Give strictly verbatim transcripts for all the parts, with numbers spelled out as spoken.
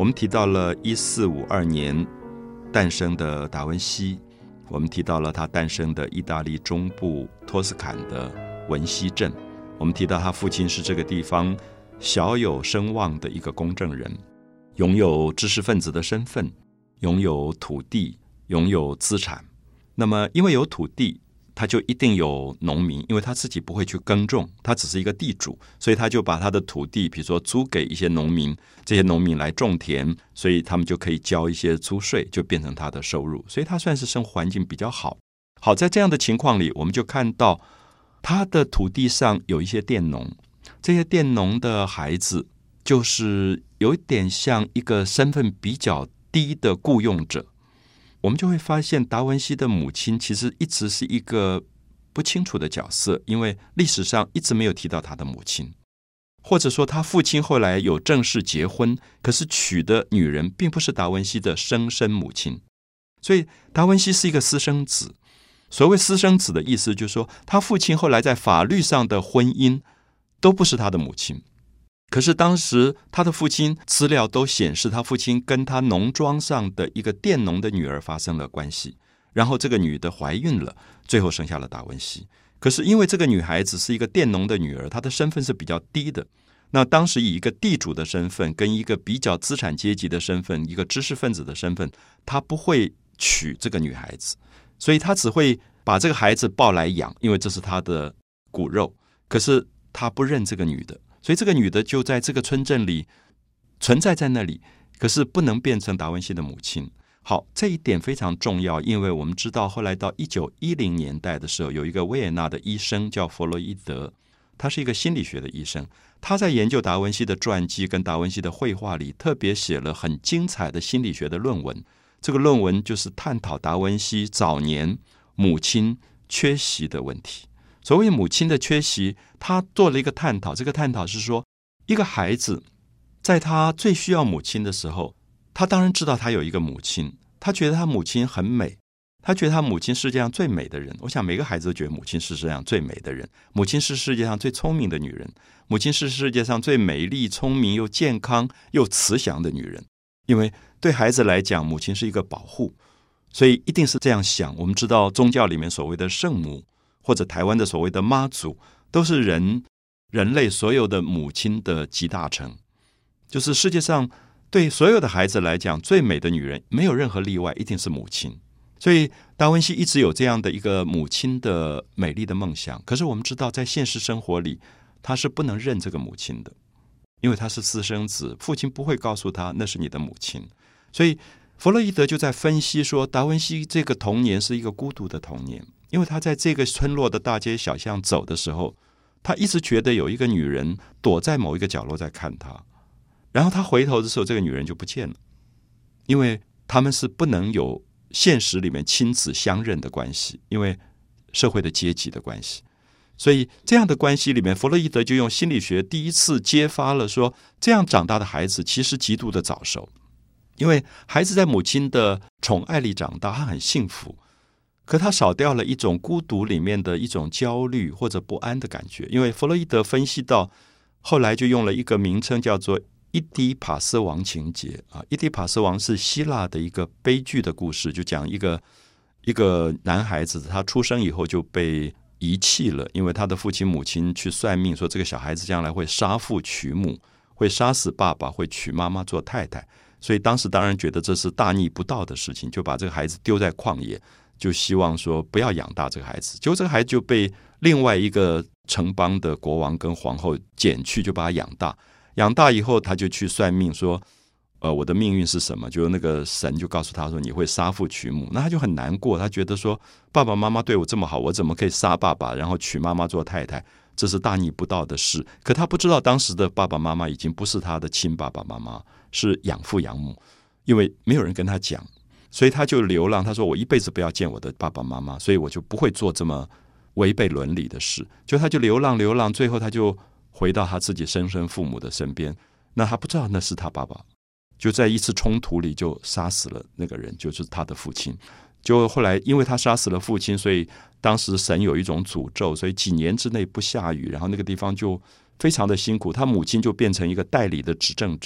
我们提到了一四五二年诞生的达文西，我们提到了他诞生的意大利中部托斯坎的文西镇，我们提到他父亲是这个地方小有声望的一个公证人，拥有知识分子的身份，拥有土地，拥有资产。那么因为有土地，他就一定有农民，因为他自己不会去耕种，他只是一个地主，所以他就把他的土地比如说租给一些农民，这些农民来种田，所以他们就可以交一些租税，就变成他的收入，所以他算是生活环境比较好。好，在这样的情况里，我们就看到他的土地上有一些佃农，这些佃农的孩子就是有一点像一个身份比较低的雇用者。我们就会发现达文西的母亲其实一直是一个不清楚的角色，因为历史上一直没有提到他的母亲，或者说他父亲后来有正式结婚，可是娶的女人并不是达文西的生身母亲，所以达文西是一个私生子。所谓私生子的意思就是说，他父亲后来在法律上的婚姻都不是他的母亲，可是当时他的父亲资料都显示，他父亲跟他农庄上的一个佃农的女儿发生了关系，然后这个女的怀孕了，最后生下了达文西。可是因为这个女孩子是一个佃农的女儿，她的身份是比较低的，那当时以一个地主的身份跟一个比较资产阶级的身份，一个知识分子的身份，他不会娶这个女孩子，所以他只会把这个孩子抱来养，因为这是他的骨肉，可是他不认这个女的，所以这个女的就在这个村镇里存在在那里，可是不能变成达文西的母亲。好，这一点非常重要，因为我们知道后来到一九一零年代的时候，有一个维也纳的医生叫弗洛伊德，他是一个心理学的医生，他在研究达文西的传记跟达文西的绘画里，特别写了很精彩的心理学的论文。这个论文就是探讨达文西早年母亲缺席的问题。所谓母亲的缺席，他做了一个探讨，这个探讨是说，一个孩子在他最需要母亲的时候，他当然知道他有一个母亲，他觉得他母亲很美，他觉得他母亲是世界上最美的人。我想每个孩子都觉得母亲是世界上最美的人，母亲是世界上最聪明的女人，母亲是世界上最美丽、聪明又健康又慈祥的女人。因为对孩子来讲，母亲是一个保护，所以一定是这样想。我们知道宗教里面所谓的圣母，或者台湾的所谓的妈祖，都是人人类所有的母亲的集大成，就是世界上对所有的孩子来讲，最美的女人没有任何例外，一定是母亲。所以达文西一直有这样的一个母亲的美丽的梦想。可是我们知道，在现实生活里，他是不能认这个母亲的，因为他是私生子，父亲不会告诉他那是你的母亲。所以弗洛伊德就在分析说，达文西这个童年是一个孤独的童年，因为他在这个村落的大街小巷走的时候，他一直觉得有一个女人躲在某一个角落在看他，然后他回头的时候，这个女人就不见了，因为他们是不能有现实里面亲子相认的关系，因为社会的阶级的关系。所以这样的关系里面，弗洛伊德就用心理学第一次揭发了说，这样长大的孩子其实极度的早熟，因为孩子在母亲的宠爱里长大，他很幸福，可他少掉了一种孤独里面的一种焦虑或者不安的感觉。因为弗洛伊德分析到后来就用了一个名称叫做伊底帕斯王情节啊，伊底帕斯王是希腊的一个悲剧的故事，就讲一个一个男孩子，他出生以后就被遗弃了，因为他的父亲母亲去算命说，这个小孩子将来会杀父娶母，会杀死爸爸，会娶妈妈做太太，所以当时当然觉得这是大逆不道的事情，就把这个孩子丢在旷野，就希望说不要养大这个孩子。结果这个孩子就被另外一个城邦的国王跟皇后捡去，就把他养大。养大以后，他就去算命说，呃，我的命运是什么？就那个神就告诉他说，你会杀父娶母。那他就很难过，他觉得说，爸爸妈妈对我这么好，我怎么可以杀爸爸，然后娶妈妈做太太？这是大逆不道的事。可他不知道，当时的爸爸妈妈已经不是他的亲爸爸妈妈，是养父养母，因为没有人跟他讲，所以他就流浪。他说，我一辈子不要见我的爸爸妈妈，所以我就不会做这么违背伦理的事。就他就流浪流浪，最后他就回到他自己生身父母的身边。那他不知道那是他爸爸，就在一次冲突里就杀死了那个人，就是他的父亲。就后来因为他杀死了父亲，所以当时神有一种诅咒，所以几年之内不下雨，然后那个地方就非常的辛苦。他母亲就变成一个代理的执政者，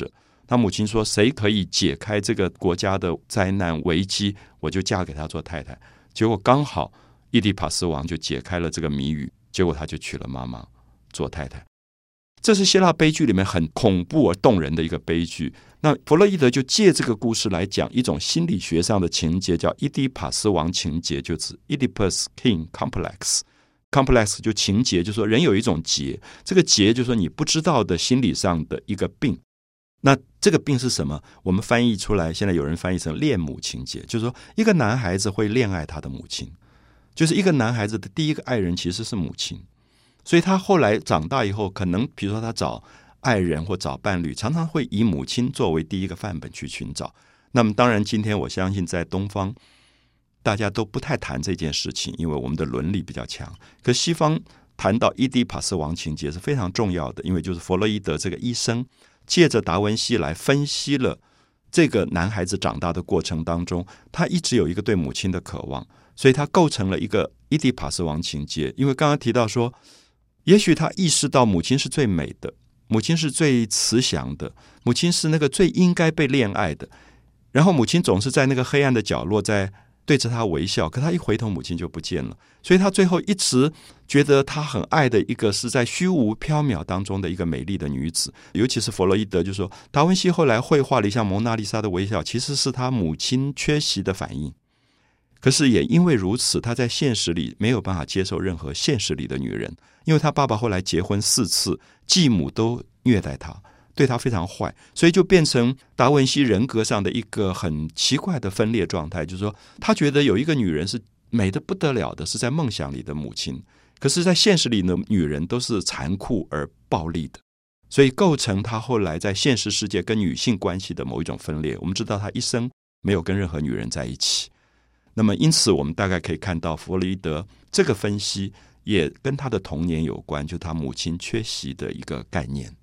他母亲说谁可以解开这个国家的灾难危机，我就嫁给他做太太。结果刚好伊底帕斯王就解开了这个谜语，结果他就娶了妈妈做太太。这是希腊悲剧里面很恐怖而动人的一个悲剧。那弗洛伊德就借这个故事来讲一种心理学上的情节，叫伊底帕斯王情节，就是 Oedipus King Complex。 Complex 就情节，就是说人有一种结，这个结就是说你不知道的心理上的一个病。那这个病是什么？我们翻译出来，现在有人翻译成恋母情节，就是说一个男孩子会恋爱他的母亲，就是一个男孩子的第一个爱人其实是母亲。所以他后来长大以后，可能比如说他找爱人或找伴侣，常常会以母亲作为第一个范本去寻找。那么当然今天我相信在东方大家都不太谈这件事情，因为我们的伦理比较强。可西方谈到伊底帕斯王情节是非常重要的，因为就是弗洛伊德这个医生借着达文西来分析了这个男孩子长大的过程当中，他一直有一个对母亲的渴望，所以他构成了一个伊底帕斯王情节。因为刚刚提到说，也许他意识到母亲是最美的，母亲是最慈祥的，母亲是那个最应该被恋爱的，然后母亲总是在那个黑暗的角落在对着他微笑，可他一回头母亲就不见了。所以他最后一直觉得他很爱的一个是在虚无缥缈当中的一个美丽的女子。尤其是弗洛伊德就说，达文西后来绘画了一像蒙娜丽莎的微笑，其实是他母亲缺席的反应。可是也因为如此，他在现实里没有办法接受任何现实里的女人，因为他爸爸后来结婚四次，继母都虐待他，对他非常坏，所以就变成达文西人格上的一个很奇怪的分裂状态。就是说他觉得有一个女人是美得不得了的，是在梦想里的母亲，可是在现实里的女人都是残酷而暴力的，所以构成他后来在现实世界跟女性关系的某一种分裂。我们知道他一生没有跟任何女人在一起。那么因此我们大概可以看到弗洛伊德这个分析也跟他的童年有关，就是他母亲缺席的一个概念。